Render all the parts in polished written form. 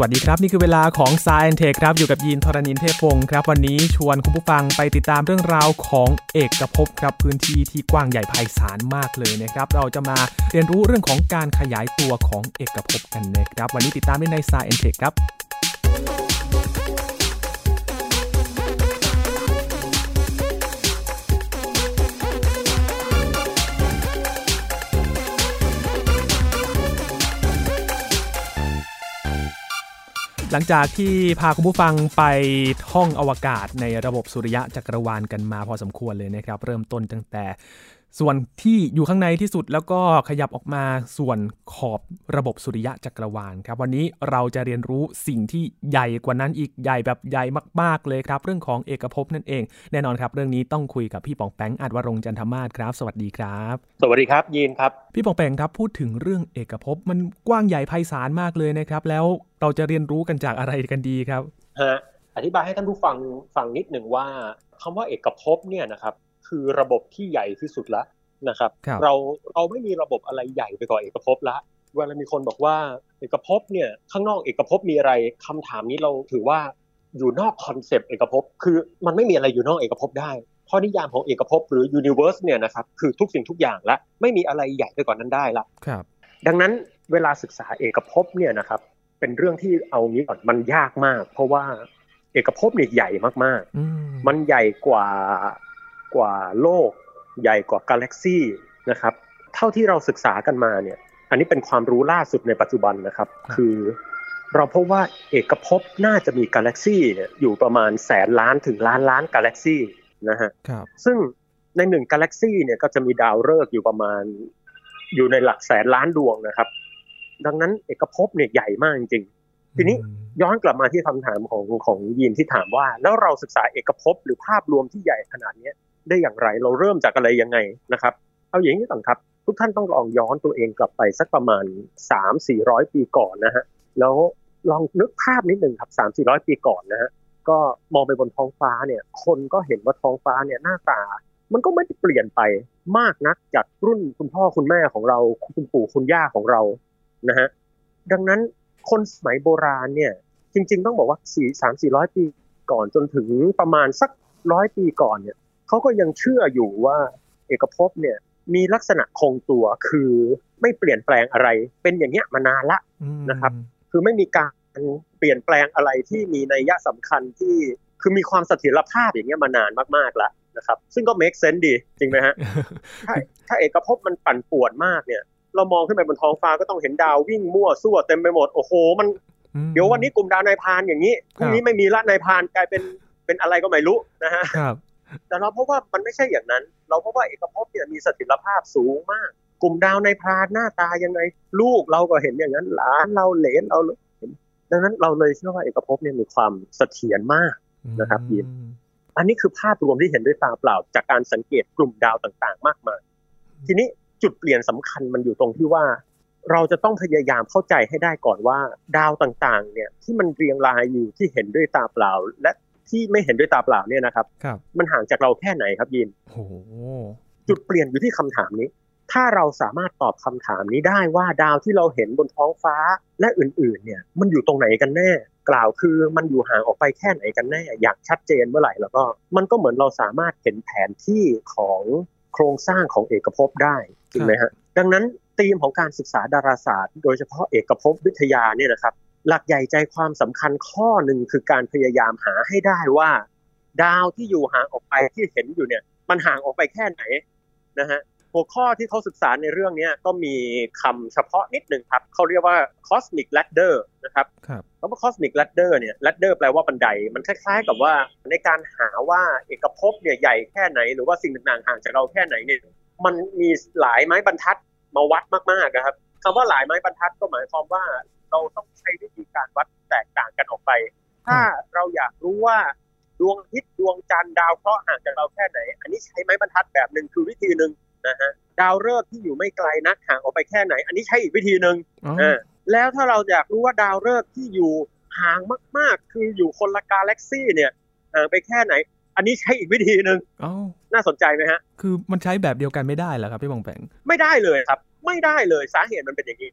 วัสดีครับนี่คือเวลาของ Science Tech ครับอยู่กับยีนทรณินเทพวงศ์ครับวันนี้ชวนคุณผู้ฟังไปติดตามเรื่องราวของเอกภพครับพื้นที่ที่กว้างใหญ่ไพศาลมากเลยนะครับเราจะมาเรียนรู้เรื่องของการขยายตัวของเอกภพกันนะครับวันนี้ติดตามได้ใน Science Tech ครับหลังจากที่พาคุณผู้ฟังไปท่องอวกาศในระบบสุริยะจักรวาลกันมาพอสมควรเลยนะครับเริ่มต้นตั้งแต่ส่วนที่อยู่ข้างในที่สุดแล้วก็ขยับออกมาส่วนขอบระบบสุริยะจักรวาลครับวันนี้เราจะเรียนรู้สิ่งที่ใหญ่กว่านั้นอีกใหญ่แบบใหญ่มากๆเลยครับเรื่องของเอกภพนั่นเองแน่นอนครับเรื่องนี้ต้องคุยกับพี่ป๋องแปงอาจวรงค์จันทมาศครับสวัสดีครับสวัสดีครับยีนครับพี่ป๋องแปงครับพูดถึงเรื่องเอกภพมันกว้างใหญ่ไพศาลมากเลยนะครับแล้วเราจะเรียนรู้กันจากอะไรกันดีครับอธิบายให้ท่านผู้ฟังนิดหนึ่งว่าคำว่าเอกภพเนี่ยนะครับคือระบบที่ใหญ่ที่สุดแล้วนะครับเราไม่มีระบบอะไรใหญ่ไปกว่าเอกภพละเวลามีคนบอกว่าเอกภพเนี่ยข้างนอกเอกภพมีอะไรคำถามนี้เราถือว่าอยู่นอกคอนเซปต์เอกภพคือมันไม่มีอะไรอยู่นอกเอกภพได้เพราะนิยามของเอกภพหรือยูนิเวอร์สเนี่ยนะครับคือทุกสิ่งทุกอย่างละไม่มีอะไรใหญ่ไปกว่านั้นได้ละดังนั้นเวลาศึกษาเอกภพเนี่ยนะครับเป็นเรื่องที่เอานี้ก่อนมันยากมากเพราะว่าเอกภพเนี่ยใหญ่มากๆมันใหญ่กว่าโลกใหญ่กว่ากาแล็กซี่นะครับเท่าที่เราศึกษากันมาเนี่ยอันนี้เป็นความรู้ล่าสุดในปัจจุบันนะครับคือเราพบว่าเอกภพน่าจะมีกาแล็กซี่เนี่ยอยู่ประมาณแสนล้านถึงล้านกาแล็กซี่นะฮะซึ่งใน1กาแล็กซี่เนี่ยก็จะมีดาวฤกษ์อยู่ประมาณอยู่ในหลักแสนล้านดวงนะครับดังนั้นเอกภพเนี่ยใหญ่มากจริงๆทีนี้ย้อนกลับมาที่คำถามของยีนที่ถามว่าแล้วเราศึกษาเอกภพหรือภาพรวมที่ใหญ่ขนาดนี้ได้อย่างไรเราเริ่มจากอะไรยังไงนะครับเอาอย่างนี้ก่อนครับทุกท่านต้องลองย้อนตัวเองกลับไปสักประมาณ 3-400 ปีก่อนนะฮะแล้วลองนึกภาพนิดนึงครับ 3-400 ปีก่อนนะฮะก็มองไปบนท้องฟ้าเนี่ยคนก็เห็นว่าท้องฟ้าเนี่ยหน้าตามันก็ไม่ได้เปลี่ยนไปมากนักจากรุ่นคุณพ่อคุณแม่ของเราคุณปู่คุณย่าของเรานะฮะดังนั้นคนสมัยโบราณเนี่ยจริงๆต้องบอกว่า 3-400 ปีก่อนจนถึงประมาณสัก100 ปีก่อนเนี่ยเขาก็ยังเชื่ออยู่ว่าเอกภพเนี่ยมีลักษณะคงตัวคือไม่เปลี่ยนแปลงอะไรเป็นอย่างเงี้ยมานานละนะครับคือไม่มีการเปลี่ยนแปลงอะไรที่มีนัยยะสำคัญที่คือมีความเสถียรภาพอย่างเงี้ยมานานมากๆแล้วนะครับซึ่งก็ make sense ดีจริงไหมฮะ ถ้าเอกภพมันปั่นป่วนมากเนี่ยเรามองขึ้นไปบนท้องฟ้าก็ต้องเห็นดาววิ่งมั่วซั่วเต็มไปหมดโอ้โหมันเดี๋ยววันนี้กลุ่มดาวนายพรานอย่างนี้พรุ่งนี้ไม่มีละนายพรานกลายเป็นอะไรก็ไม่รู้นะฮะแต่เราพบว่ามันไม่ใช่อย่างนั้นเราพบว่าเอกภพเนี่ยมีเสถียรภาพสูงมากกลุ่มดาวนายพรานหน้าตายังไงลูกเราก็เห็นอย่างนั้นหลานเราเหลนเราเห็นดังนั้นเราเลยเชื่อว่าเอกภพเนี่ยมีความเสถียรมากนะครับยินอันนี้คือภาพรวมที่เห็นด้วยตาเปล่าจากการสังเกตกลุ่มดาวต่างๆมากมายทีนี้จุดเปลี่ยนสำคัญมันอยู่ตรงที่ว่าเราจะต้องพยายามเข้าใจให้ได้ก่อนว่าดาวต่างๆเนี่ยที่มันเรียงรายอยู่ที่เห็นด้วยตาเปล่าและที่ไม่เห็นด้วยตาเปล่าเนี่ยนะครับมันห่างจากเราแค่ไหนครับยินจุดเปลี่ยนอยู่ที่คำถามนี้ถ้าเราสามารถตอบคำถามนี้ได้ว่าดาวที่เราเห็นบนท้องฟ้าและอื่นๆเนี่ยมันอยู่ตรงไหนกันแน่กล่าวคือมันอยู่ห่างออกไปแค่ไหนกันแน่อย่างชัดเจนเมื่อไหร่แล้วก็มันก็เหมือนเราสามารถเห็นแผนที่ของโครงสร้างของเอกภพได้จริงไหมฮะดังนั้นธีมของการศึกษาดาราศาสตร์โดยเฉพาะเอกภพวิทยาเนี่ยนะครับหลักใหญ่ใจความสำคัญข้อหนึ่งคือการพยายามหาให้ได้ว่าดาวที่อยู่ห่างออกไปที่เห็นอยู่เนี่ยมันห่างออกไปแค่ไหนนะฮะหัวข้อที่เขาศึกษาในเรื่องนี้ก็มีคำเฉพาะนิดหนึ่งครับเขาเรียกว่า cosmic ladder นะครับคำว่า cosmic ladder เนี่ย ladder แปลว่าบันไดมันคล้ายๆกับว่าในการหาว่าเอกภพเนี่ยใหญ่แค่ไหนหรือว่าสิ่งต่างๆห่างจากเราแค่ไหนเนี่ยมันมีหลายไม้บรรทัดมาวัดมากๆนะครับคำว่าหลายไม้บรรทัดก็หมายความว่าเราต้องใช้วิธีการวัดแตกต่างกันออกไปถ้าเราอยากรู้ว่าดวงอาทิตย์ดวงจันทร์ดาวเคราะห์ห่างจากเราแค่ไหนอันนี้ใช้ไม้บรรทัดแบบนึงคือวิธีนึงนะฮะดาวฤกษ์ที่อยู่ไม่ไกลนักห่างออกไปแค่ไหนอันนี้ใช้อีกวิธีนึงแล้วถ้าเราอยากรู้ว่าดาวฤกษ์ที่อยู่ห่างมากๆคืออยู่คนละกาแล็กซี่เนี่ยห่างไปแค่ไหนอันนี้ใช้อีกวิธีนึงน่าสนใจไหมฮะคือมันใช้แบบเดียวกันไม่ได้เหรอครับพี่บองแปงไม่ได้เลยครับไม่ได้เลยสาเหตุมันเป็นอย่างนี้ครับค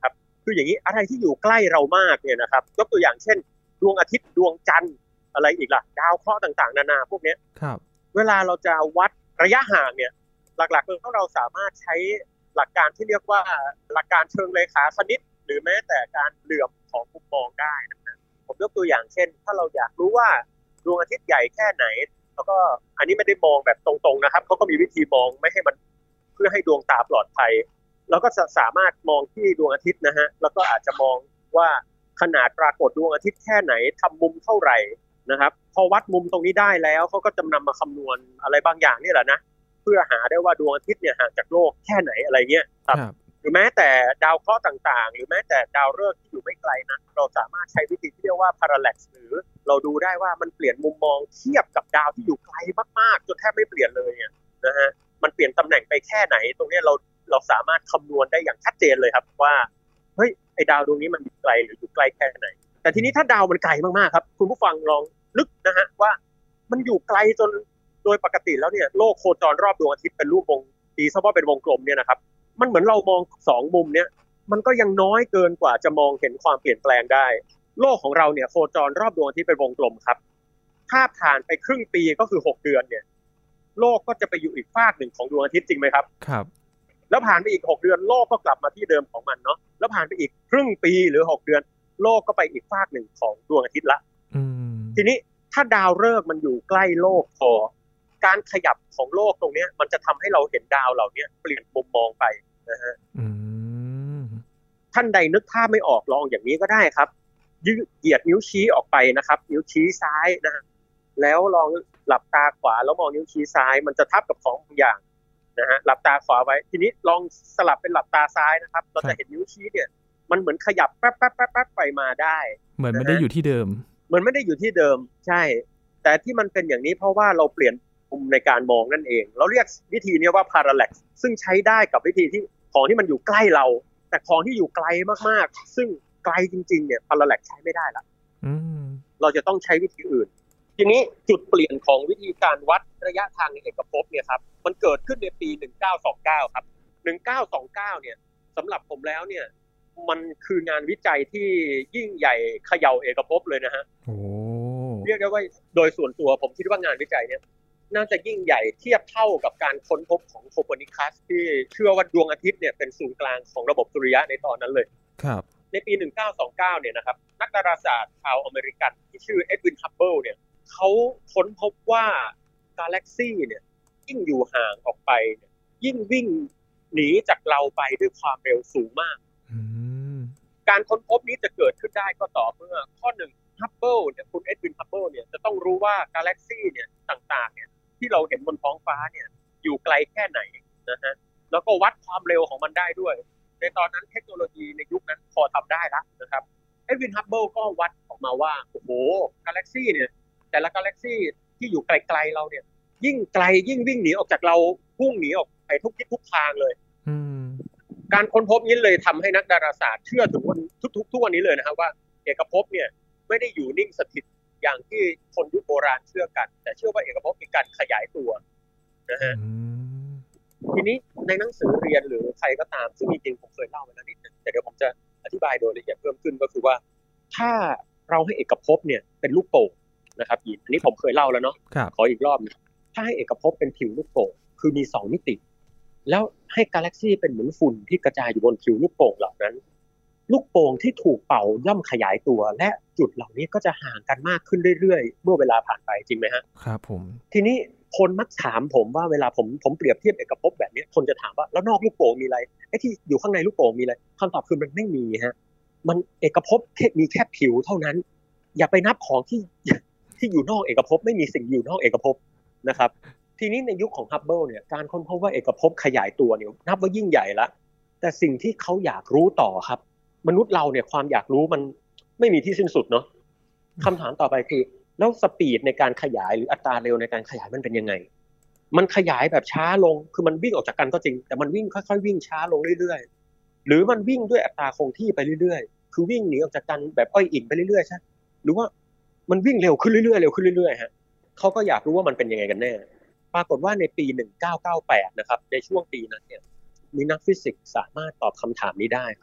คืออย่างนี้อะไรที่อยู่ใกล้เรามากเนี่ยนะครับยกตัวอย่างเช่นดวงอาทิตย์ดวงจันทร์อะไรอีกล่ะดาวเคราะห์ต่างๆนานาพวกนี้ครับเวลาเราจะวัดระยะห่างเนี่ยหลักๆเราสามารถใช้หลักการที่เรียกว่าหลักการเชิงเลขาคณิตหรือแม้แต่การเหลื่อมของมุมมองได้นะผมยกตัวอย่างเช่นถ้าเราอยากรู้ว่าดวงอาทิตย์ใหญ่แค่ไหนแล้วก็อันนี้ไม่ได้มองแบบตรงๆนะครับเขาก็มีวิธีมองไม่ให้มันเพื่อให้ดวงตาปลอดภัยเราก็สามารถมองที่ดวงอาทิตย์นะฮะแล้วก็อาจจะมองว่าขนาดปรากฏดวงอาทิตย์แค่ไหนทำมุมเท่าไหร่นะครับพอวัดมุมตรงนี้ได้แล้วเขาก็จะนำมาคำนวณอะไรบางอย่างนี่แหละนะเพื่อหาได้ว่าดวงอาทิตย์เนี่ยห่างจากโลกแค่ไหนอะไรเงี้ยครับหรือแม้แต่ดาวเคราะห์ต่างๆหรือแม้แต่ดาวฤกษ์ที่อยู่ไม่ไกลนะเราสามารถใช้วิธีที่เรียกว่า parallax หรือเราดูได้ว่ามันเปลี่ยนมุมมองเทียบกับดาวที่อยู่ไกลมากๆจนแทบไม่เปลี่ยนเลยเนี่ยนะฮะมันเปลี่ยนตำแหน่งไปแค่ไหนตรงนี้เราสามารถคำนวณได้อย่างชัดเจนเลยครับว่าเฮ้ยไอ้ดาวดวงนี้มันอยู่ไกลหรืออยู่ใกล้แค่ไหนแต่ทีนี้ถ้าดาวมันไกลมากๆครับคุณผู้ฟังลองนึกนะฮะว่ามันอยู่ไกลจนโดยปกติแล้วเนี่ยโลกโคจรรอบดวงอาทิตย์เป็นรูปวงตีซะว่าเป็นวงกลมเนี่ยนะครับมันเหมือนเรามองสองมุมเนี่ยมันก็ยังน้อยเกินกว่าจะมองเห็นความเปลี่ยนแปลงได้โลกของเราเนี่ยโคจรรอบดวงอาทิตย์เป็นวงกลมครับถ้าผ่านไปครึ่งปีก็คือ6 เดือนเนี่ยโลกก็จะไปอยู่อีกฟากหนึ่งของดวงอาทิตย์จริงไหมครับครับแล้วผ่านไปอีก6 เดือนโลกก็กลับมาที่เดิมของมันเนาะแล้วผ่านไปอีกครึ่งปีหรือ6 เดือนโลกก็ไปอีกฟากหนึ่งของดวงอาทิตย์ละทีนี้ถ้าดาวฤกษ์มันอยู่ใกล้โลกพอการขยับของโลกตรงนี้มันจะทำให้เราเห็นดาวเหล่านี้เปลี่ยนมุมมองไปนะฮะท่านใดนึกภาพไม่ออกลองอย่างนี้ก็ได้ครับเหยียดนิ้วชี้ออกไปนะครับนิ้วชี้ซ้ายนะแล้วลองหลับตาขวาแล้วมองนิ้วชี้ซ้ายมันจะทับกับของบางอย่างนะฮะหลับตาขวาไว้ทีนี้ลองสลับเป็นหลับตาซ้ายนะครับเราจะเห็นนิ้วชี้เนี่ยมันเหมือนขยับแป๊บแป๊บแป๊บแป๊บไปมาได้เหมือนไม่ได้อยู่ที่เดิมเหมือนไม่ได้อยู่ที่เดิมใช่แต่ที่มันเป็นอย่างนี้เพราะว่าเราเปลี่ยนมุมในการมองนั่นเองเราเรียกวิธีนี้ว่า parallax ซึ่งใช้ได้กับวิธีที่ของที่มันอยู่ใกล้เราแต่ของที่อยู่ไกลมากๆซึ่งไกลจริงๆเนี่ย parallax ใช้ไม่ได้ละเราจะต้องใช้วิธีอื่นทีนี้จุดเปลี่ยนของวิธีการวัดระยะทางในเอกภพเนี่ยครับมันเกิดขึ้นในปี1929ครับ1929เนี่ยสำหรับผมแล้วเนี่ยมันคืองานวิจัยที่ยิ่งใหญ่เขย่าเอกภพเลยนะฮะเรียกได้ว่าโดยส่วนตัวผมคิดว่างานวิจัยเนี่ยน่าจะยิ่งใหญ่เทียบเท่ากับการค้นพบของโคเปอร์นิคัสที่เชื่อว่าดวงอาทิตย์เนี่ยเป็นศูนย์กลางของระบบสุริยะในตอนนั้นเลยครับในปี1929เนี่ยนะครับนักดาราศาสตร์ชาวอเมริกันที่ชื่อเอ็ดวิน ฮับเบิลเนี่ยเขาค้นพบว่ากาแล็กซี่เนี่ยยิ่งอยู่ห่างออกไปยิ่งวิ่งหนีจากเราไปด้วยความเร็วสูงมากการค้นพบนี้จะเกิดขึ้นได้ก็ต่อเมื่อข้อหนึ่งฮับเบิลเนี่ยคุณเอ็ดวิน ฮับเบิลเนี่ยจะต้องรู้ว่ากาแล็กซี่เนี่ยต่างๆเนี่ยที่เราเห็นบนท้องฟ้าเนี่ยอยู่ไกลแค่ไหนนะฮะแล้วก็วัดความเร็วของมันได้ด้วยในตอนนั้นเทคโนโลยีในยุคนั้นพอทำได้แล้วนะครับเอ็ดวิน ฮับเบิลก็วัดออกมาว่าโอ้โหกาแล็กซี่เนี่ยแต่ละกาแล็กซี่ที่อยู่ไกลๆเราเนี่ยยิ่งไกลยิ่งวิ่งหนีออกจากเราพุ่งหนีออกไปทุกทิศทุกทางเลยการค้นพบนี้เลยทำให้นักดาราศาสตร์เชื่อถึงวันทุกวันนี้เลยนะครับว่าเอกภพเนี่ยไม่ได้อยู่นิ่งสถิตอย่างที่คนยุคโบราณเชื่อกันแต่เชื่อว่าเอกภพมีการขยายตัวนะฮะทีนี้ในหนังสือเรียนหรือใครก็ตามซึ่งจริงๆผมเคยเล่าไปแล้วนิดนึงแต่เดี๋ยวผมจะอธิบายโดยละเอียดเพิ่มขึ้นก็คือว่าถ้าเราให้เอกภพเนี่ยเป็นลูกโป่งนะครับยินอันนี้ผมเคยเล่าแล้วเนาะขออีกรอบนึงถ้าให้เอกภพเป็นผิวลูกโป่งคือมี2มิติแล้วให้กาแล็กซี่เป็นเหมือนฝุ่นที่กระจายอยู่บนผิวลูกโป่งเหล่านั้นลูกโป่งที่ถูกเป่าย่อมขยายตัวและจุดเหล่านี้ก็จะห่างกันมากขึ้นเรื่อยๆเมื่อเวลาผ่านไปจริงไหมฮะครับผมทีนี้คนมักถามผมว่าเวลาผมเปรียบเทียบเอกภพแบบนี้คนจะถามว่าแล้วนอกลูกโป่งมีอะไรไอ้ที่อยู่ข้างในลูกโป่งมีอะไรคำตอบคือมันไม่มีฮะมันเอกภพมีแค่ผิวเท่านั้นอย่าไปนับของที่อยู่นอกเอกภพไม่มีสิ่งอยู่นอกเอกภพนะครับทีนี้ในยุคของฮับเบิลเนี่ยการค้นพบว่าเอกภพขยายตัวเนี่ยนับว่ายิ่งใหญ่ละแต่สิ่งที่เขาอยากรู้ต่อครับมนุษย์เราเนี่ยความอยากรู้มันไม่มีที่สิ้นสุดเนาะคำถามต่อไปคือแล้วสปีดในการขยายหรืออัตราเร็วในการขยายมันเป็นยังไงมันขยายแบบช้าลงคือมันวิ่งออกจากกันก็จริงแต่มันวิ่งค่อยๆวิ่งช้าลงเรื่อยๆหรือมันวิ่งด้วยอัตราคงที่ไปเรื่อยๆคือวิ่งหนีออกจากกันแบบอ้อยอิงไปเรื่อยๆใช่หรือว่ามันวิ่งเร็วขึ้นเรื่อยๆเร็วขึ้นเรื่อยๆฮะเขาก็อยากรู้ว่ามันเป็นยังไงกันแน่ปรากฏว่าในปี1998นะครับในช่วงปีนั้นเนี่ยมีนักฟิสิกส์สามารถตอบคำถามนี้ได้ครับ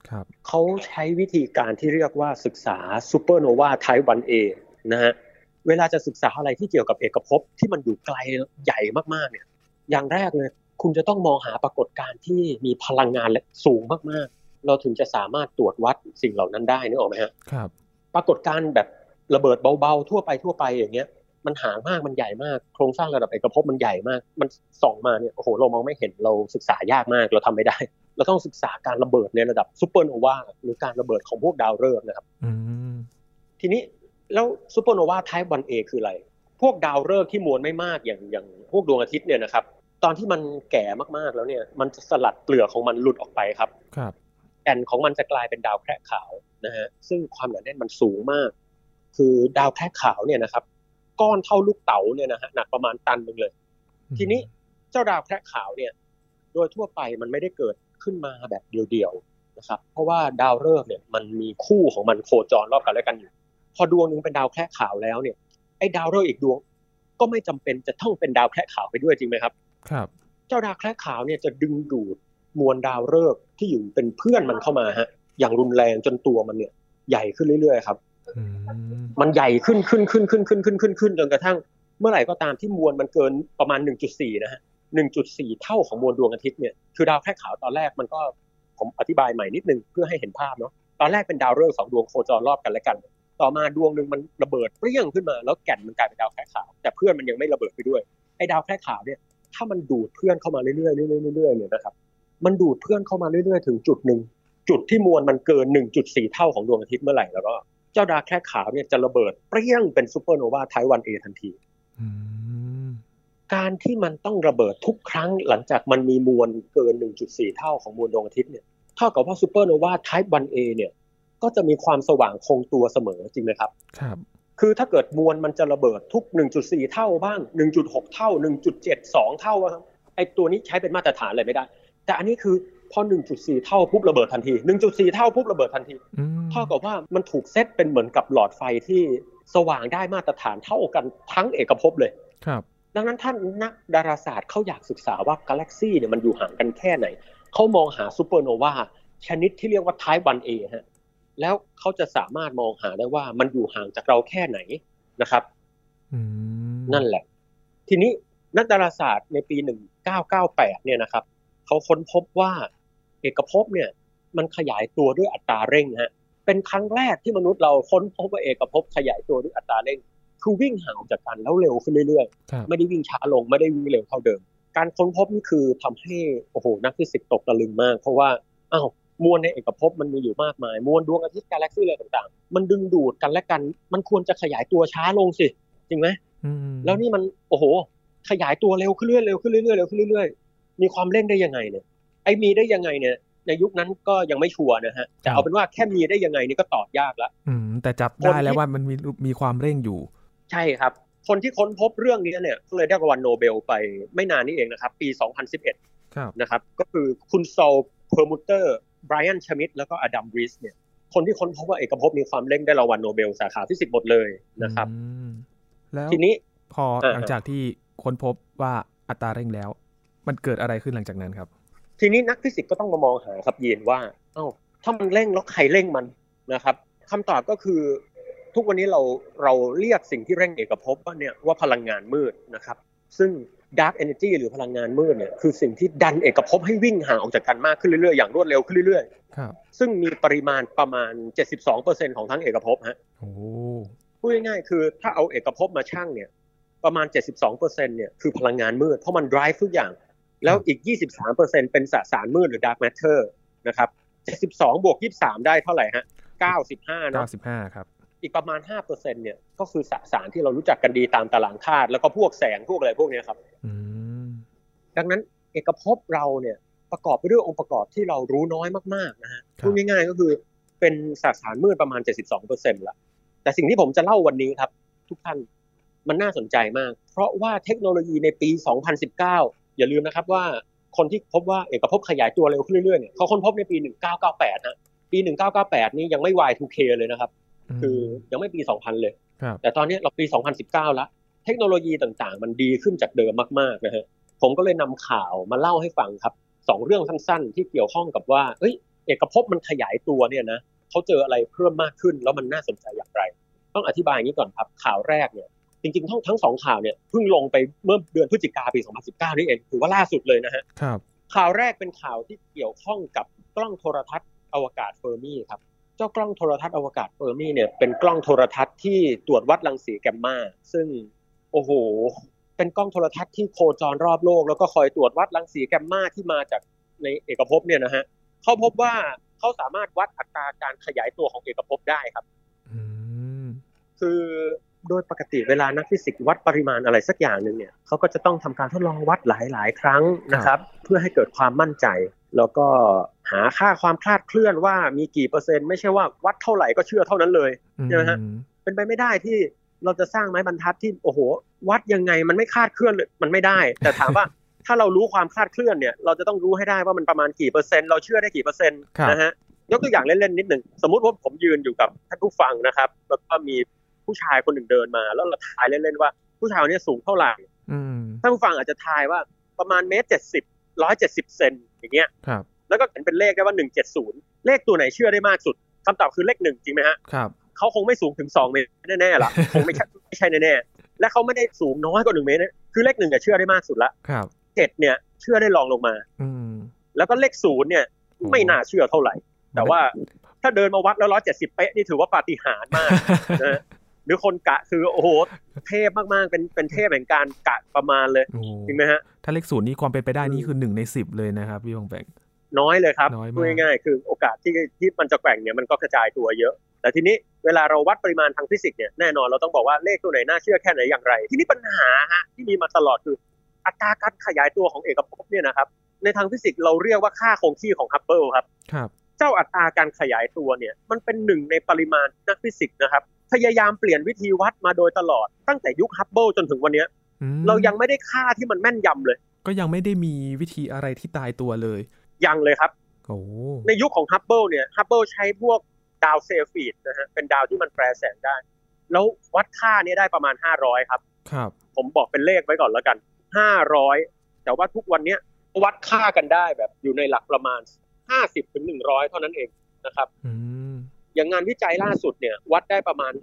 เขาใช้วิธีการที่เรียกว่าศึกษาซูเปอร์โนวา Type 1A นะฮะเวลาจะศึกษาอะไรที่เกี่ยวกับเอกภพที่มันอยู่ไกลใหญ่มากๆเนี่ยอย่างแรกเลยคุณจะต้องมองหาปรากฏการณ์ที่มีพลังงานสูงมากๆเราถึงจะสามารถตรวจวัดสิ่งเหล่านั้นได้นึกออกไหมฮะครับปรากฏการณ์แบบระเบิดเบาๆทั่วไปอย่างเงี้ยมันห่างมากมันใหญ่มากโครงสร้างระดับเอกภพมันใหญ่มากมันส่องมาเนี่ยโอ้โหเรามองไม่เห็นเราศึกษายากมากเราทำไม่ได้เราต้องศึกษาการระเบิดในระดับซูเปอร์โนวาหรือการระเบิดของพวกดาวฤกษ์นะครับทีนี้แล้วซูเปอร์โนวา Type 1A คืออะไรพวกดาวฤกษ์ที่มวลไม่มากอย่างพวกดวงอาทิตย์เนี่ยนะครับตอนที่มันแก่มากๆแล้วเนี่ยมันจะสลัดเปลือกของมันหลุดออกไปครับแก่นของมันจะกลายเป็นดาวแคระขาวนะฮะซึ่งความหนาแน่นมันสูงมากคือดาวแคระขาวเนี่ยนะครับก้อนเท่าลูกเต๋าเนี่ยนะฮะหนักประมาณตันนึงเลยทีนี้เจ้าดาวแคระขาวเนี่ยโดยทั่วไปมันไม่ได้เกิดขึ้นมาแบบเดียวๆนะครับเพราะว่าดาวฤกษ์เนี่ยมันมีคู่ของมันโคจรรอบกันและกันอยู่พอดวงนึงเป็นดาวแคระขาวแล้วเนี่ยไอ้ดาวฤกษ์อีกดวงก็ไม่จำเป็นจะต้องเป็นดาวแคระขาวไปด้วยจริงไหมครับครับเจ้าดาวแคระขาวเนี่ยจะดึงดูดมวลดาวฤกษ์ที่อยู่เป็นเพื่อนมันเข้ามาฮะอย่างรุนแรงจนตัวมันเนี่ยใหญ่ขึ้นเรื่อยๆครับมันใหญ่ขึ้นจนกระทั่งเมื่อไหร่ก็ตามที่มวลมันเกินประมาณ 1.4 นะฮะ 1.4 เท่าของมวลดวงอาทิตย์เนี่ยคือดาวแคระขาวตอนแรกมันก็ผมอธิบายใหม่นิดนึงเพื่อให้เห็นภาพเนาะตอนแรกเป็นดาวฤกษ์2ดวงโคจรรอบกันและกันต่อมาดวงนึงมันระเบิดเปรี้ยงขึ้นมาแล้วแก่นมันกลายเป็นดาวแคระขาวแต่เพื่อนมันยังไม่ระเบิดไปด้วยไอ้ดาวแคระขาวเนี่ยถ้ามันดูดเพื่อนเข้ามาเรื่อยๆเรื่อยๆเนี่ยนะครับมันดูดเพื่อนเข้ามาเรื่อยๆถึงจุดนึงจุดที่มวลมันเกิน 1.4 เท่าของดวงอาทิตย์เมื่อไหร่แล้วก็เจ้าดาวแคระขาวเนี่ยจะระเบิดเปรี้ยงเป็นซูเปอร์โนวา Type 1A ทันทีการที่มันต้องระเบิดทุกครั้งหลังจากมันมีมวลเกิน 1.4 เท่าของมวลดวงอาทิตย์เนี่ยเท่ากับว่าซูเปอร์โนวา Type 1A เนี่ยก็จะมีความสว่างคงตัวเสมอจริงไหมครับครับคือถ้าเกิดมวลมันจะระเบิดทุก 1.4 เท่าบ้าง 1.6 เท่า 1.72 เท่าครับไอ้ตัวนี้ใช้เป็นมาตรฐานเลยไม่ได้แต่อันนี้คือพอ 1.4 เท่าปุ๊บระเบิดทันที 1.4 เท่าปุ๊บระเบิดทันทีเท่ากับว่ามันถูกเซตเป็นเหมือนกับหลอดไฟที่สว่างได้มาตรฐานเท่ากันทั้งเอกภพเลยครับดังนั้นท่านนักดาราศาสตร์เขาอยากศึกษาว่ากาแล็กซี่เนี่ยมันอยู่ห่างกันแค่ไหนเขามองหาซูเปอร์โนวาชนิดที่เรียกว่า Type 1A ฮะแล้วเขาจะสามารถมองหาได้ว่ามันอยู่ห่างจากเราแค่ไหนนะครับนั่นแหละทีนี้นักดาราศาสตร์ในปี1998เนี่ยนะครับเขาค้นพบว่าเอกภพเนี่ยมันขยายตัวด้วยอัตราเร่งฮะเป็นครั้งแรกที่มนุษย์เราค้นพบว่าเอกภพขยายตัวด้วยอัตราเร่งคือวิ่งห่างจากกันแล้วเร็วขึ้นเรื่อยๆไม่ได้วิ่งช้าลงไม่ได้วิ่งเร็วเท่าเดิมการค้นพบนี่คือทำให้โอ้โหนักฟิสิกส์ตกตะลึงมากเพราะว่ามวลในเอกภพมันมีอยู่มากมายมวลดวงอาทิตย์กาแล็กซี่อะไรต่างๆมันดึงดูดกันและกันมันควรจะขยายตัวช้าลงสิจริงไหมแล้วนี่มันโอ้โหขยายตัวเร็วขึ้นเรื่อยๆเร็วขึ้นเรื่อยๆเร็วขึ้นเรื่อยๆมีความเร่งได้ยังไงเนี่ยไอ้มีได้ยังไงเนี่ยในยุคนั้นก็ยังไม่ชัวร์นะฮะแต่เอาเป็นว่าแค่มีได้ยังไงนี่ก็ตอบยากแล้วแต่จับได้แล้วว่ามันมีความเร่งอยู่ใช่ครับคนที่ค้นพบเรื่องนี้เนี่ยก็เลยได้รางวัลโนเบลไปไม่นานนี้เองนะครับปี2011นะครับก็คือคุณโซลเพอร์มูเตอร์ไบรอันชมิดแล้วก็อดัมบริสเนี่ยคนที่ค้นพบว่าเอกภพมีความเร่งได้รางวัลโนเบลสาขาฟิสิกส์หมดเลยนะครับแล้วทีนี้พอหลังจากที่ค้นพบว่าอัตราเร่งแล้วมันเกิดอะไรขึ้นหลังจากนั้นครับทีนี้นักฟิสิกส์ก็ต้องมามองหาครับยีนว่าถ้ามันเร่งแล้วใครเร่งมันนะครับคำตอบก็คือทุกวันนี้เราเรียกสิ่งที่เร่งเอกภพว่าพลังงานมืดนะครับซึ่ง dark energy หรือพลังงานมืดเนี่ยคือสิ่งที่ดันเอกภพให้วิ่งห่างออกจากกันมากขึ้นเรื่อยๆอย่างรวดเร็วขึ้นเรื่อยๆซึ่งมีปริมาณประมาณ 72% ของทั้งเอกภพฮะพูดง่ายๆคือถ้าเอาเอกภพมาชั่งเนี่ยประมาณ 72% เนี่ยคือพลังงานมืดเพราะมัน drive ทุกอย่างแล้วอีก 23% เป็นสสารมืดหรือ dark matter นะครับ72บวก23ได้เท่าไหร่ฮะ95เนาะ 95ครับอีกประมาณ 5% เนี่ยก็คือสสารที่เรารู้จักกันดีตามตารางธาตุแล้วก็พวกแสงพวกอะไรพวกนี้ครับดังนั้นเอกภพเราเนี่ยประกอบไปด้วยองค์ประกอบที่เรารู้น้อยมากๆนะฮะพูดง่ายๆก็คือเป็นสสารมืดประมาณ 72% ละแต่สิ่งที่ผมจะเล่าวันนี้ครับทุกท่านมันน่าสนใจมากเพราะว่าเทคโนโลยีในปี2019อย่าลืมนะครับว่าคนที่พบว่าเอกภพขยายตัวเร็วขึ้นเรื่อยๆเนี่ยเขาค้นพบในปี1998นะปี1998นี้ยังไม่ Y2K เลยนะครับคือยังไม่ปี2000เลยแต่ตอนนี้เราปี2019แล้วเทคโนโลยีต่างๆมันดีขึ้นจากเดิมมากๆนะฮะผมก็เลยนำข่าวมาเล่าให้ฟังครับ2เรื่องสั้นๆที่เกี่ยวข้องกับว่าเอกภพมันขยายตัวเนี่ยนะเขาเจออะไรเพิ่มมากขึ้นแล้วมันน่าสนใจอย่างไรต้องอธิบายอย่างนี้ก่อนครับข่าวแรกเนี่ยจริงๆทั้ง2ข่าวเนี่ยเพิ่งลงไปเมื่อเดือนพฤศจิกายนปี2019นี่เองถือว่าล่าสุดเลยนะฮะครับข่าวแรกเป็นข่าวที่เกี่ยวข้องกับกล้องโทรทัศน์อวกาศเฟอร์มีครับเจ้ากล้องโทรทัศน์อวกาศเฟอร์มีเนี่ยเป็นกล้องโทรทัศน์ที่ตรวจวัดรังสีแกมมาซึ่งโอ้โหเป็นกล้องโทรทัศน์ที่โคจรรอบโลกแล้วก็คอยตรวจวัดรังสีแกมมาที่มาจากในเอกภพเนี่ยนะฮะเขาพบว่าเขาสามารถวัดอัตราการขยายตัวของเอกภพได้ครับคือโดยปกติเวลานักฟิสิกส์วัดปริมาณอะไรสักอย่างนึงเนี่ยเขาก็จะต้องทำการทดลองวัดหลายๆครั้งนะครับเพื่อให้เกิดความมั่นใจแล้วก็หาค่าความคลาดเคลื่อนว่ามีกี่เปอร์เซ็นต์ไม่ใช่ว่าวัดเท่าไหร่ก็เชื่อเท่านั้นเลยใช่ไหมฮะเป็นไปไม่ได้ที่เราจะสร้างไม้บรรทัดที่โอ้โหวัดยังไงมันไม่คลาดเคลื่อนเลยมันไม่ได้แต่ถามว่าถ้าเรารู้ความคลาดเคลื่อนเนี่ยเราจะต้องรู้ให้ได้ว่ามันประมาณกี่เปอร์เซ็นต์เราเชื่อได้กี่เปอร์เซ็นต์นะฮะยกตัวอย่างเล่นๆนิดนึงสมมุติว่าผมยืนอยู่กับท่านผู้ฟังนะครับแล้วก็มีผู้ชายคนหนึ่งเดินมาแล้วเราทายเล่นๆว่าผู้ชายคนนี้สูงเท่าไหร่ท่านผู้ฟังอาจจะทายว่าประมาณ1.70 170 เซนอย่างเงี้ยแล้วก็เขียนเป็นเลขได้ว่า170เลขตัวไหนเชื่อได้มากสุดคำตอบคือเลข1จริงไหมฮะเขาคงไม่สูงถึง2 เมตรแน่ๆล่ะคงไม่ใช่แน่ๆและเขาไม่ได้สูงน้อยกว่า1 เมตรคือเลข1เชื่อได้มากสุดละ7เนี่ยเชื่อได้รองลงมาแล้วก็เลข0เนี่ยไม่น่าเชื่อเท่าไหร่แต่ว่าถ้าเดินมาวัดแล้ว170เป๊ะนี่ถือว่าปาฏิหาริย์มากนะหรือคนกะคือโอ้โหเทพมากๆเป็นเทพแห่งการกะประมาณเลยจริงไหมฮะถ้าเลข0นี่ความเป็นไปได้นี่คือ1 ใน 10เลยนะครับพี่วงแบงน้อยเลยครับพูดง่ายๆคือโอกาสที่มันจะแกว่งเนี่ยมันก็กระจายตัวเยอะแต่ทีนี้เวลาเราวัดปริมาณทางฟิสิกส์เนี่ยแน่นอนเราต้องบอกว่าเลขตัวไหนน่าเชื่อแค่ไหนอย่างไรทีนี้ปัญหาฮะที่มีมาตลอดคืออัตราการขยายตัวของเอกภพเนี่ยนะครับในทางฟิสิกส์เราเรียกว่าค่าคงที่ของฮับเบิลครับเจ้าอัตราการขยายตัวเนี่ยมันเป็นหนึ่งในปริมาณนักฟิสิกส์นะครับพยายามเปลี่ยนวิธีวัดมาโดยตลอดตั้งแต่ยุคฮับเบิลจนถึงวันนี้เรายังไม่ได้ค่าที่มันแม่นยำเลยก็ยังไม่ได้มีวิธีอะไรที่ตายตัวเลยยังเลยครับในยุคของฮับเบิลเนี่ยฮับเบิลใช้พวกดาวเซฟีดนะฮะเป็นดาวที่มันแปรแสงได้แล้ววัดค่านี้ได้ประมาณ500ครับผมบอกเป็นเลขไว้ก่อนแล้วกัน500แต่ว่าทุกวันนี้วัดค่ากันได้แบบอยู่ในหลักประมาณ50 ถึง 100เท่านั้นเองนะครับอย่างงานวิจัยล่าสุดเนี่ยวัดได้ประมาณ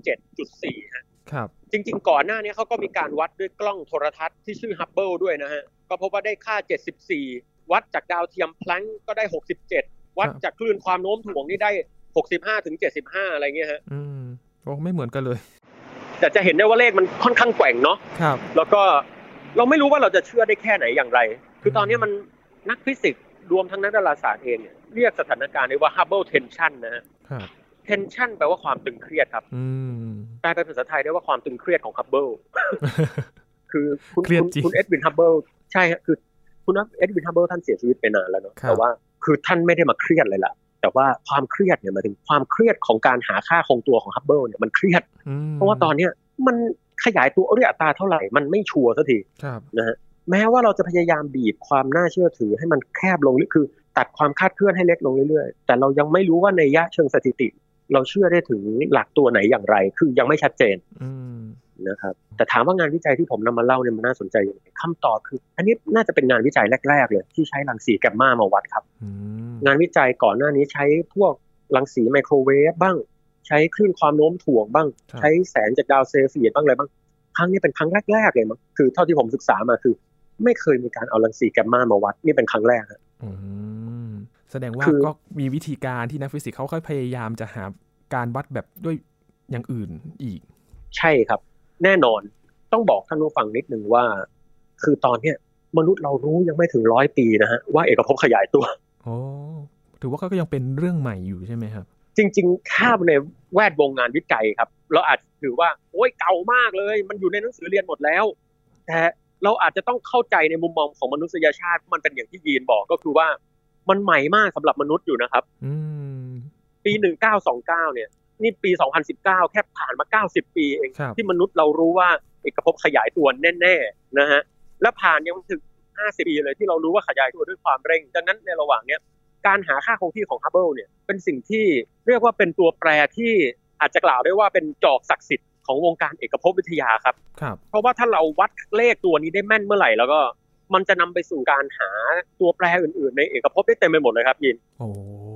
67.4 ฮะจริงๆก่อนหน้านี้เขาก็มีการวัดด้วยกล้องโทรทัศน์ที่ชื่อฮับเบิลด้วยนะฮะก็พบว่าได้ค่า74วัดจากดาวเทียมแพลงก์ก็ได้67วัดจากคลื่นความโน้มถ่วงนี่ได้65 ถึง 75อะไรเงี้ยฮะโอ้ไม่เหมือนกันเลยแต่จะเห็นได้ว่าเลขมันค่อนข้างแกว่งเนาะแล้วก็เราไม่รู้ว่าเราจะเชื่อได้แค่ไหนอย่างไรคือตอนนี้มันนักฟิสิกส์รวมทั้งนักดาราศาสตร์เองเนี่ยเรียกสถานการณ์นี้ว่า Hubble tension นะฮะ tension แปลว่าความตึงเครียดครับแปลเป็นภาษาไทยได้ว่าความตึงเครียดของ Hubble คือคุณเอ็ดวิน Hubble ใช่ฮะคือคุณเอ็ดวิน Hubble ท่านเสียชีวิตไปนานแล้วเนาะแต่ว่าคือท่านไม่ได้มาเครียดเลยล่ะแต่ว่าความเครียดเนี่ยหมายถึงความเครียดของการหาค่าคงตัวของ Hubble เนี่ยมันเครียดเพราะว่าตอนนี้มันขยายตัวด้วยอัตราเท่าไหร่มันไม่ชัวร์สักทีนะฮะแม้ว่าเราจะพยายามบีบความน่าเชื่อถือให้มันแคบลงคือตัดความคาดเคลื่อนให้เล็กลงเรื่อยๆแต่เรายังไม่รู้ว่าในระยะเชิงสถิติเราเชื่อได้ถึงหลักตัวไหนอย่างไรคือยังไม่ชัดเจนนะครับแต่ถามว่างานวิจัยที่ผมนำมาเล่าเนี่ยมันน่าสนใจยังไงคำตอบคืออันนี้น่าจะเป็นงานวิจัยแรกๆเลยที่ใช้รังสีแกมมามาวัดครับงานวิจัยก่อนหน้านี้ใช้พวกรังสีไมโครเวฟบ้างใช้คลื่นความโน้มถ่วงบ้างใช้แสงจากดาวเซฟีดบ้างอะไรบ้างครั้งนี้เป็นครั้งแรกๆเลยมั้งคือเท่าที่ผมศึกษามาคือไม่เคยมีการเอารังสีแกมมามาวัดนี่เป็นครั้งแรกครับแสดงว่าก็มีวิธีการที่นักฟิสิกส์เขาค่อยพยายามจะหาการวัดแบบด้วยอย่างอื่นอีกใช่ครับแน่นอนต้องบอกท่านผู้ฟังนิดนึงว่าคือตอนเนี้ยมนุษย์เรารู้ยังไม่ถึง100 ปีนะฮะว่าเอกภพขยายตัวถือว่าก็ยังเป็นเรื่องใหม่อยู่ใช่ไหมครับจริงๆถ้าในแวดวงงานวิจัยครับเราอาจถือว่าโอ๊ยเก่ามากเลยมันอยู่ในหนังสือเรียนหมดแล้วแต่เราอาจจะต้องเข้าใจในมุมมองของมนุษยชาติมันเป็นอย่างที่ยีนบอกก็คือว่ามันใหม่มากสำหรับมนุษย์อยู่นะครับปี1929เนี่ยนี่ปี2019แค่ผ่านมา90 ปีเองที่มนุษย์เรารู้ว่าเอกภพขยายตัวแน่ๆนะฮะและผ่านยังถึง50 ปีเลยที่เรารู้ว่าขยายตัวด้วยความเร่งดังนั้นในระหว่างเนี้ยการหาค่าคงที่ของ Hubble เนี่ยเป็นสิ่งที่เรียกว่าเป็นตัวแปรที่อาจจะกล่าวได้ว่าเป็นจอกศักดิ์สิทธิ์ของวงการเอกภพวิทยาครับเพราะว่าถ้าเราวัดเลขตัวนี้ได้แม่นเมื่อไหร่แล้วก็มันจะนำไปสู่การหาตัวแปรอื่นๆในเอกภพได้เต็มไปหมดเลยครับยิน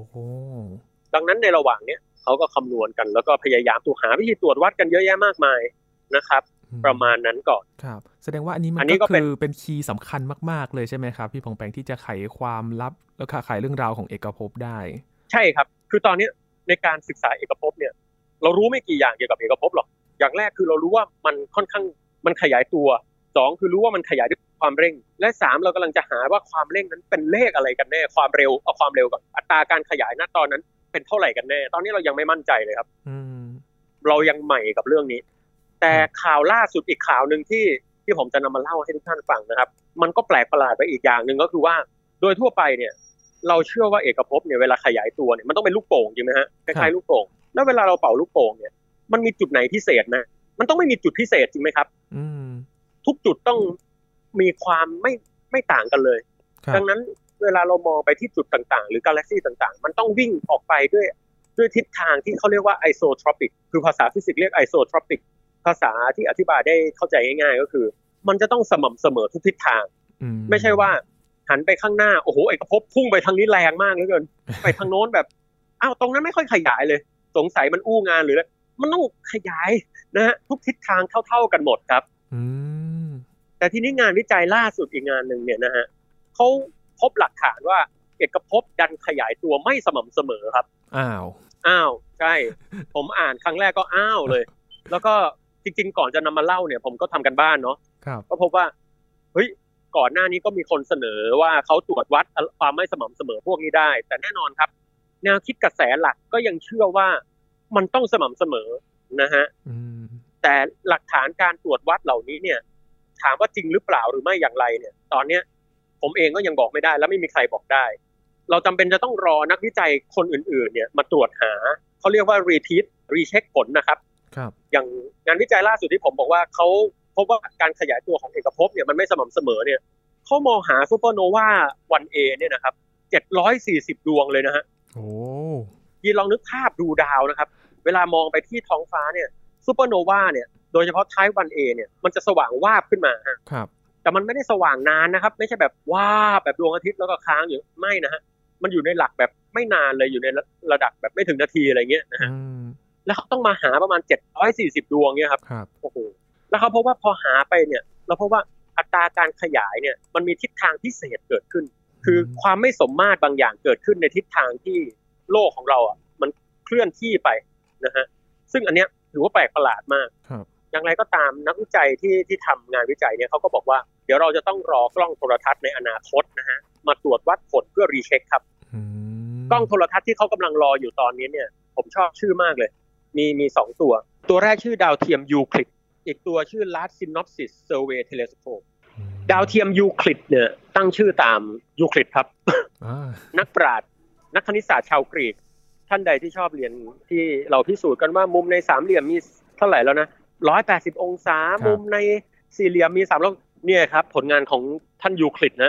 ดังนั้นในระหว่างเนี้ยเขาก็คำนวณกันแล้วก็พยายามหาวิธีตรวจวัดกันเยอะแยะมากมายนะครับประมาณนั้นก่อนครับแสดงว่าอันนี้มันก็คือเป็นคีย์สำคัญมากๆเลยใช่ไหมครับพี่พงแปงที่จะไขความลับแล้วไขเรื่องราวของเอกภพได้ใช่ครับคือตอนนี้ในการศึกษาเอกภพเนี่ยเรารู้ไม่กี่อย่างเกี่ยวกับเอกภพหรอกอย่างแรกคือเรารู้ว่ามันค่อนข้างมันขยายตัว2คือรู้ว่ามันขยายด้วยความเร่งและ3เรากำลังจะหาว่าความเร่งนั้นเป็นเลขอะไรกันแน่ความเร็วเอาความเร็วก่อนอัตราการขยายณตอนนั้นเป็นเท่าไหร่กันแน่ตอนนี้เรายังไม่มั่นใจเลยครับเรายังใหม่กับเรื่องนี้แต่ข่าวล่าสุดอีกข่าวนึงที่ผมจะนำมาเล่าให้ทุกท่านฟังนะครับมันก็แปลกประหลาดไปอีกอย่างนึงก็คือว่าโดยทั่วไปเนี่ยเราเชื่อว่าเอกภพเนี่ยเวลาขยายตัวเนี่ยมันต้องเป็นลูกโป่งจริงไหมฮะคล้ายๆลูกโป่งแล้วเวลาเราเป่าลูกโป่งเนี่ยมันมีจุดไหนพิเศษนะมันต้องไม่มีจุดพิเศษจริงไหมครับทุกจุดต้องมีความไม่ต่างกันเลยดังนั้นเวลาเรามองไปที่จุดต่างๆหรือกาแล็กซี่ต่างๆมันต้องวิ่งออกไปด้วยทิศทางที่เขาเรียกว่าไอโซทรอปิกคือภาษาฟิสิกส์เรียกไอโซทรอปิกภาษาที่อธิบายได้เข้าใจง่ายๆก็คือมันจะต้องสม่ำเสมอทุกทิศทางไม่ใช่ว่าหันไปข้างหน้าโอ้โหเอกภพพุ่งไปทางนี้แรงมากเหลือเกินไปทางโน้นแบบอ้าวตรงนั้นไม่ค่อยขยายเลยสงสัยมันอู้งานหรือมันต้องขยายนะฮะทุกทิศทางเท่าๆกันหมดครับแต่ทีนี้งานวิจัยล่าสุดอีกงานหนึ่งเนี่ยนะฮะเขาพบหลักฐานว่าเอกภพดันขยายตัวไม่สม่ำเสมอครับอ้าวใช่ผมอ่านครั้งแรกก็อ้าวเลยแล้วก็จริงๆก่อนจะนำมาเล่าเนี่ยผมก็ทำกันบ้านเนาะก็พบว่าเฮ้ยก่อนหน้านี้ก็มีคนเสนอว่าเขาตรวจวัดความไม่สม่ำเสมอพวกนี้ได้แต่แน่นอนครับแนวคิดกระแสหลักก็ยังเชื่อว่ามันต้องสม่ำเสมอนะฮะแต่หลักฐานการตรวจวัดเหล่านี้เนี่ยถามว่าจริงหรือเปล่าหรือไม่อย่างไรเนี่ยตอนเนี้ยผมเองก็ยังบอกไม่ได้และไม่มีใครบอกได้เราจำเป็นจะต้องรอนักวิจัยคนอื่นๆเนี่ยมาตรวจหาเขาเรียกว่ารีเช็คผลนะครับอย่างงานวิจัยล่าสุดที่ผมบอกว่าเขาพบว่าการขยายตัวของเอกภพเนี่ยมันไม่สม่ำเสมอเนี่ยเขามองหาซูเปอร์โนวา 1A เนี่ยนะครับ740ดวงเลยนะฮะโอ้ยีลองนึกภาพดูดาวนะครับเวลามองไปที่ท้องฟ้าเนี่ยซูเปอร์โนวาเนี่ยโดยเฉพาะ Type 1A เนี่ยมันจะสว่างวาบขึ้นมาครับแต่มันไม่ได้สว่างนานนะครับไม่ใช่แบบวาบแบบดวงอาทิตย์แล้วก็ค้างอยู่ไม่นะฮะมันอยู่ในหลักแบบไม่นานเลยอยู่ในระดับแบบไม่ถึงนาทีอะไรเงี้ยนะฮะแล้วเขาต้องมาหาประมาณ740ดวงเนี่ยครับโอ้โหแล้วเขาพบว่าพอหาไปเนี่ยเราพบว่าอัตราการขยายเนี่ยมันมีทิศทางพิเศษเกิดขึ้นคือความไม่สมมาตรบางอย่างเกิดขึ้นในทิศทางที่โลกของเราอ่ะมันเคลื่อนที่ไปนะฮะซึ่งอันเนี้ยถือว่าแปลกประหลาดมากอย่างไรก็ตามนักวิจัยที่ทำงานวิจัยเนี่ยเขาก็บอกว่าเดี๋ยวเราจะต้องรอกล้องโทรทัศน์ในอนาคตนะฮะมาตรวจวัดผลเพื่อรีเช็คครับกล้องโทรทัศน์ที่เขากำลังรออยู่ตอนนี้เนี่ยผมชอบชื่อมากเลยมี2ตัวแรกชื่อดาวเทียมยูคลิดอีกตัวชื่อ Large Synopsis Survey Telescope ดาวเทียมยูคลิดเนี่ยตั้งชื่อตามยูคลิดครับ นักปราชญ์นักคณิตศาสตร์ชาวกรีกท่านใดที่ชอบเรียนที่เราพิสูจน์กันว่ามุมในสามเหลี่ยมมีเท่าไหร่แล้วนะ180องศามุมในสี่เหลี่ยมมี300เนี่ยครับผลงานของท่านยูคลิดนะ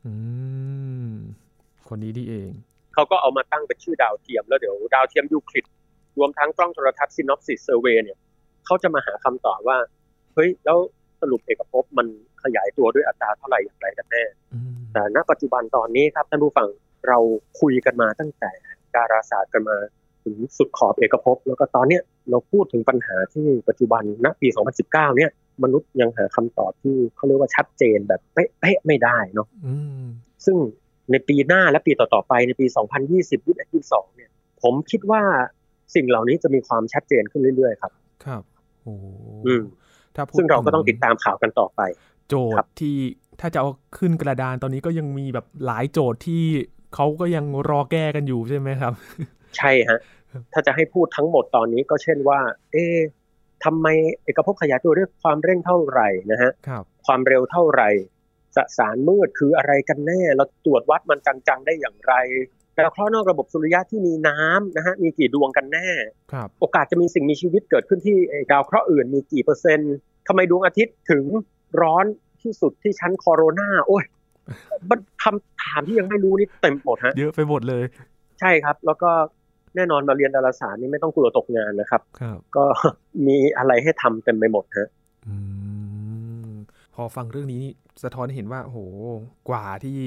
คนนี้นี่เองเขาก็เอามาตั้งเป็นชื่อดาวเทียมแล้วเดี๋ยวดาวเทียมยูคลิดรวมทั้งกล้องโทรทัศน์ Synopsis Survey เนี่ยเขาจะมาหาคำตอบว่าเฮ้ยแล้วสรุปเอกภพมันขยายตัวด้วยอัตราเท่าไหร่อย่างไรกันแน่แต่ณปัจจุบันตอนนี้ครับท่านผู้ฟังเราคุยกันมาตั้งแต่ดาราศาสตร์กันมาถึงสุดขอบเอกภพแล้วก็ตอนเนี้ยเราพูดถึงปัญหาที่ปัจจุบันณปี2019เนี่ยมนุษย์ยังหาคำตอบที่เขาเรียกว่าชัดเจนแบบเป๊ะไม่ได้เนาะซึ่งในปีหน้าและปีต่อๆไปในปี2020 21 22เนี่ยผมคิดว่าสิ่งเหล่านี้จะมีความชัดเจนขึ้นเรื่อยๆครับครับโอ้ซึ่งเราก็ต้องติดตามข่าวกันต่อไปโจทย์ที่ถ้าจะเอาขึ้นกระดานตอนนี้ก็ยังมีแบบหลายโจทย์ที่เขาก็ยังรอแก้กันอยู่ใช่ไหมครับใช่ฮะถ้าจะให้พูดทั้งหมดตอนนี้ก็เช่นว่าทำไมเอกภพขยายตัวด้วยความเร่งเท่าไหร่นะฮะความเร็วเท่าไหร่สสารมืดคืออะไรกันแน่เราตรวจวัดมันจังๆได้อย่างไรดาวเคราะห์นอกระบบสุริยะที่มีน้ำนะฮะมีกี่ดวงกันแน่โอกาสจะมีสิ่งมีชีวิตเกิดขึ้นที่ดาวเคราะห์อื่นมีกี่เปอร์เซ็นต์ทำไมดวงอาทิตย์ถึงร้อนที่สุดที่ชั้นโคโรนาโอ้ยคำถามที่ยังไม่รู้นี่เต็มหมดฮะเยอะไปหมดเลยใช่ครับแล้วก็แน่นอนมาเรียนดาราศาสตร์นี่ไม่ต้องกลัวตกงานนะครับก็มีอะไรให้ทำเต็มไปหมดฮะพอฟังเรื่องนี้สะท้อนเห็นว่าโหกว่าที่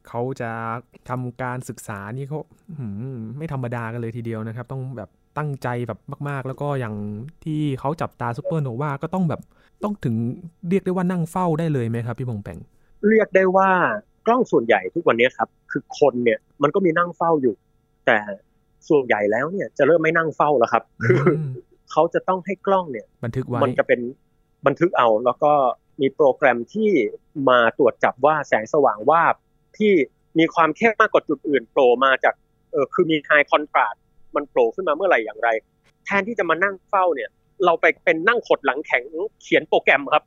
เขาจะทำการศึกษานี่เขาไม่ธรรมดากันเลยทีเดียวนะครับต้องแบบตั้งใจแบบมากๆแล้วก็อย่างที่เขาจับตาซุปเปอร์โนวาก็ต้องถึงเรียกได้ว่านั่งเฝ้าได้เลยไหมครับพี่พงษ์แปงเรียกได้ว่ากล้องส่วนใหญ่ทุกวันนี้ครับคือคนเนี่ยมันก็มีนั่งเฝ้าอยู่แต่ส่วนใหญ่แล้วเนี่ยจะเริ่มไม่นั่งเฝ้าแล้วครับคือเขาจะต้องให้กล้องเนี่ยบันทึกไว้มันจะเป็นบันทึกเอาแล้วก็มีโปรแกรมที่มาตรวจจับว่าแสงสว่างวาบที่มีความเข้มมากกว่าจุดอื่นโผล่มาจากคือมีไฮคอนทราสต์มันโผล่ขึ้นมาเมื่อไหร่อย่างไรแทนที่จะมานั่งเฝ้าเนี่ยเราไปเป็นนั่งขดหลังแข็งเขียนโปรแกรมครับ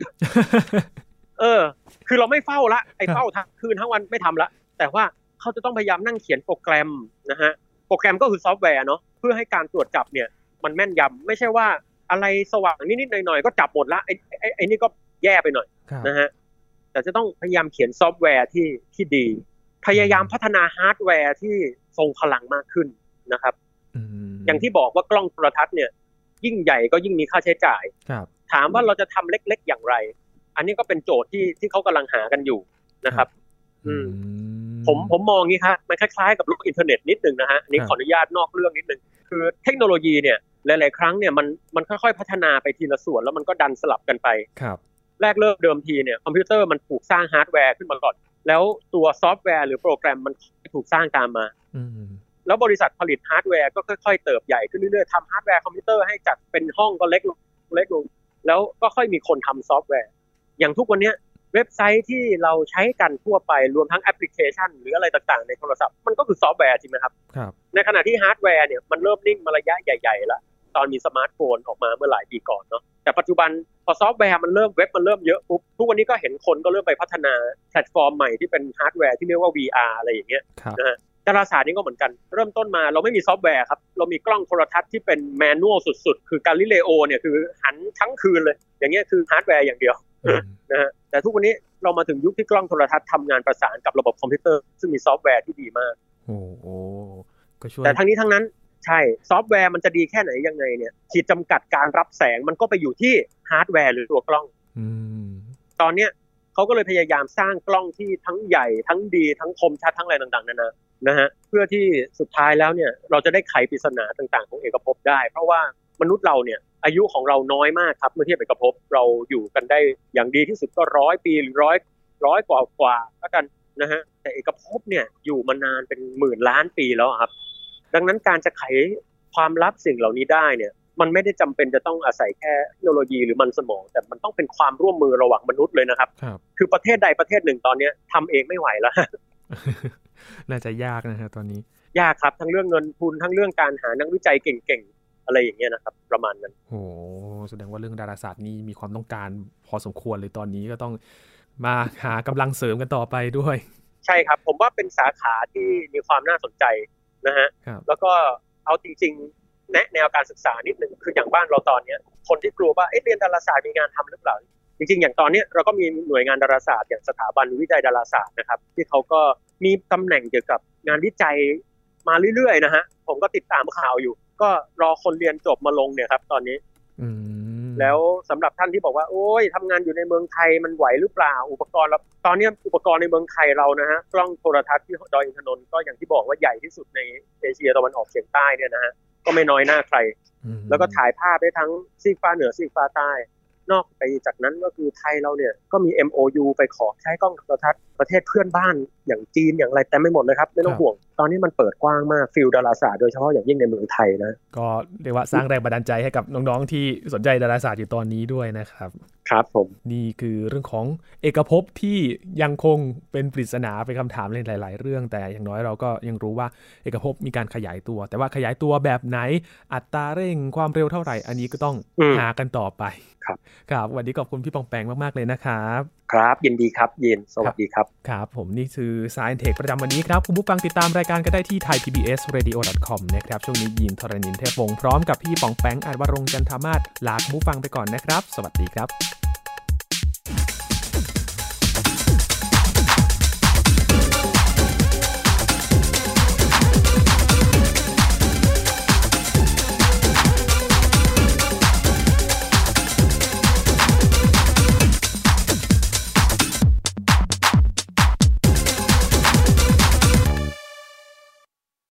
คือเราไม่เฝ้าละไอ้เฝ้าทั้งคืนทั้งวันไม่ทำละแต่ว่าเขาจะต้องพยายามนั่งเขียนโปรแกรมนะฮะโปรแกรมก็คือซอฟต์แวร์เนาะเพื่อให้การตรวจจับเนี่ยมันแม่นยำไม่ใช่ว่าอะไรสว่างนิดๆหน่อยๆก็จับหมดละไอ้นี่ก็แย่ไปหน่อยนะฮะแต่จะต้องพยายามเขียนซอฟต์แวร์ที่ดีพยายามพัฒนาฮาร์ดแวร์ที่ทรงพลังมากขึ้นนะครับอย่างที่บอกว่ากล้องโทรทัศน์เนี่ยยิ่งใหญ่ก็ยิ่งมีค่าใช้จ่ายถามว่าเราจะทำเล็กๆอย่างไรอันนี้ก็เป็นโจทย์ที่เขากำลังหากันอยู่นะครับผมมองงี้ครับมันคล้ายๆกับโลกอินเทอร์เน็ตนิดนึงนะฮะอันนี้ขออนุญาตนอกเรื่องนิดนึงคือเทคโนโลยีเนี่ยหลายๆครั้งเนี่ยมันค่อยๆพัฒนาไปทีละส่วนแล้วมันก็ดันสลับกันไปแรกเริ่มเดิมทีเนี่ยคอมพิวเตอร์มันถูกสร้างฮาร์ดแวร์ขึ้นมาก่อนแล้วตัวซอฟต์แวร์หรือโปรแกรมมันถูกสร้างตามมาแล้วบริษัทผลิตฮาร์ดแวร์ก็ค่อยๆเติบใหญ่ขึ้นเรื่อยๆทำฮาร์ดแวร์คอมพิวเตอร์ให้จัดเป็นห้องก็เล็กลงแล้วก็ค่อยมีคนทำซอฟต์แวร์อย่างทุกวันนี้เว็บไซต์ที่เราใช้กันทั่วไปรวมทั้งแอปพลิเคชันหรืออะไรต่างๆในโทรศัพท์มันก็คือซอฟต์แวร์จริงไหมครับในขณะที่ฮาร์ดแวร์เนี่ยมันเริ่มนิ่งมาระยะใหญ่ๆแล้วตอนมีสมาร์ทโฟนออกมาเมื่อหลายปีก่อนเนาะแต่ปัจจุบันพอซอฟต์แวร์มันเริ่มเว็บมันเริ่มเยอะปุ๊บทุกวันนี้ก็เห็นคนก็เริ่มไปพัฒนาแพลตฟอร์มใหม่ที่เป็นฮาร์ดแวร์ที่เรียกว่า VR อะไรอย่างเงี้ยนะฮะดาราศาสตร์นี่ก็เหมือนกันเริ่มต้นมาเราไม่มีซอฟต์แวร์ครับเรามีกล้องโทรทัศน์ที่เป็นแมนนวลสุดๆคือGalileoเนี่ยคือหันทั้งคืนเลยอย่างเงี้ยคือฮาร์ดแวร์อย่างเดียวนะฮะแต่ทุกวันนี้เรามาถึงยุคที่กล้องโทรทัศน์ทำงานประสานกับระบบคอมพิวเตอร์ซึ่งมีซอฟต์แวร์ที่ดีมากก็ช่วยแต่ทั้งนี้ทั้งนั้นใช่ซอฟต์แวร์มันจะดีแค่ไหนยังไงเนี่ยขีดจำกัดการรับแสงมันก็ไปอยู่ที่ฮาร์ดแวร์หรือตัวกล้องตอนเนี้ยเขาก็เลยพยายามสร้างกล้องที่ทั้งใหญ่ทั้งดีทั้งคมชัดทั้งอะไรต่างๆนะฮะเพื่อที่สุดท้ายแล้วเนี่ยเราจะได้ไขปริศนาต่างๆของเอกภพได้เพราะว่ามนุษย์เราเนี่ยอายุของเราน้อยมากครับเมื่อเทียบกับเอกภพเราอยู่กันได้อย่างดีที่สุดก็100 ปีหรือร้อยกว่าแล้วกันนะฮะแต่เอกภพเนี่ยอยู่มานานเป็นหมื่นล้านปีแล้วครับดังนั้นการจะไขความลับสิ่งเหล่านี้ได้เนี่ยมันไม่ได้จำเป็นจะต้องอาศัยแค่เทคโนโลยีหรือมันสมองแต่มันต้องเป็นความร่วมมือระหว่างมนุษย์เลยนะครับคือประเทศใดประเทศหนึ่งตอนนี้ทำเองไม่ไหวแล้วน่าจะยากนะฮะตอนนี้ยากครับทั้งเรื่องเงินทุนทั้งเรื่องการหานักวิจัยเก่งๆอะไรอย่างเงี้ยนะครับประมาณนั้นโอ้แสดงว่าเรื่องดาราศาสตร์นี่มีความต้องการพอสมควรเลยตอนนี้ก็ต้องมาหากำลังเสริมกันต่อไปด้วยใช่ครับผมว่าเป็นสาขาที่มีความน่าสนใจนะฮะแล้วก็เอาจริงๆแนวการศึกษานิดนึงคืออย่างบ้านเราตอนนี้คนที่กลัวว่าเรียนดาราศาสตร์มีงานทำหรือเปล่าจริงๆอย่างตอนนี้เราก็มีหน่วยงานดาราศาสตร์อย่างสถาบันวิจัยดาราศาสตร์นะครับที่เขาก็มีตำแหน่งเกี่ยวกับงานวิจัยมาเรื่อยๆนะฮะผมก็ติดตามข่าวอยู่ก็รอคนเรียนจบมาลงเนี่ยครับตอนนี้แล้วสำหรับท่านที่บอกว่าโอ้ยทำงานอยู่ในเมืองไทยมันไหวหรือเปล่าอุปกรณ์ตอนนี้อุปกรณ์ในเมืองไทยเรานะฮะกล้องโทรทัศน์ที่ดอยอินทนนท์ก็อย่างที่บอกว่าใหญ่ที่สุดในเอเชียตะวันออกเฉียงใต้เนี่ยนะฮะก็ไม่น้อยหน้าใครแล้วก็ถ่ายภาพได้ทั้งซีกฟ้าเหนือซีกฟ้าใต้นอกไปจากนั้นก็คือไทยเราเนี่ยก็มี MOU ไปขอใช้กล้องโทรทัศน์ประเทศเพื่อนบ้านอย่างจีนอย่างอะไรแต่ไม่หมดเลยครับไม่ต้องห่วงตอนนี้มันเปิดกว้างมากฟิลดาราศาสตร์โดยเฉพาะอย่างยิ่งในเมืองไทยนะก็เรียกว่าสร้างแรงบันดาลใจให้กับน้องๆที่สนใจดาราศาสตร์อยู่ตอนนี้ด้วยนะครับครับผมนี่คือเรื่องของเอกภพที่ยังคงเป็นปริศนาเป็นคำถามในหลายๆเรื่องแต่อย่างน้อยเราก็ยังรู้ว่าเอกภพมีการขยายตัวแต่ว่าขยายตัวแบบไหนอัตราเร่งความเร็วเท่าไหร่อันนี้ก็ต้องหากันต่อไปครับวันนี้ขอบคุณพี่ปองแปงมากๆเลยนะครับครับยินดีครับยินสวัสดีครับครับผมนี่คือ Science Tech ประจำวันนี้ครับคุณผู้ฟังติดตามรายการก็ได้ที่ thaipbsradio.com นะครับช่วงนี้ยินทรณินเทพวงศ์พร้อมกับพี่ปองแปงอาจวรงค์จันทมาศลาคุณผู้ฟังไปก่อนนะครับสวัสดีครับ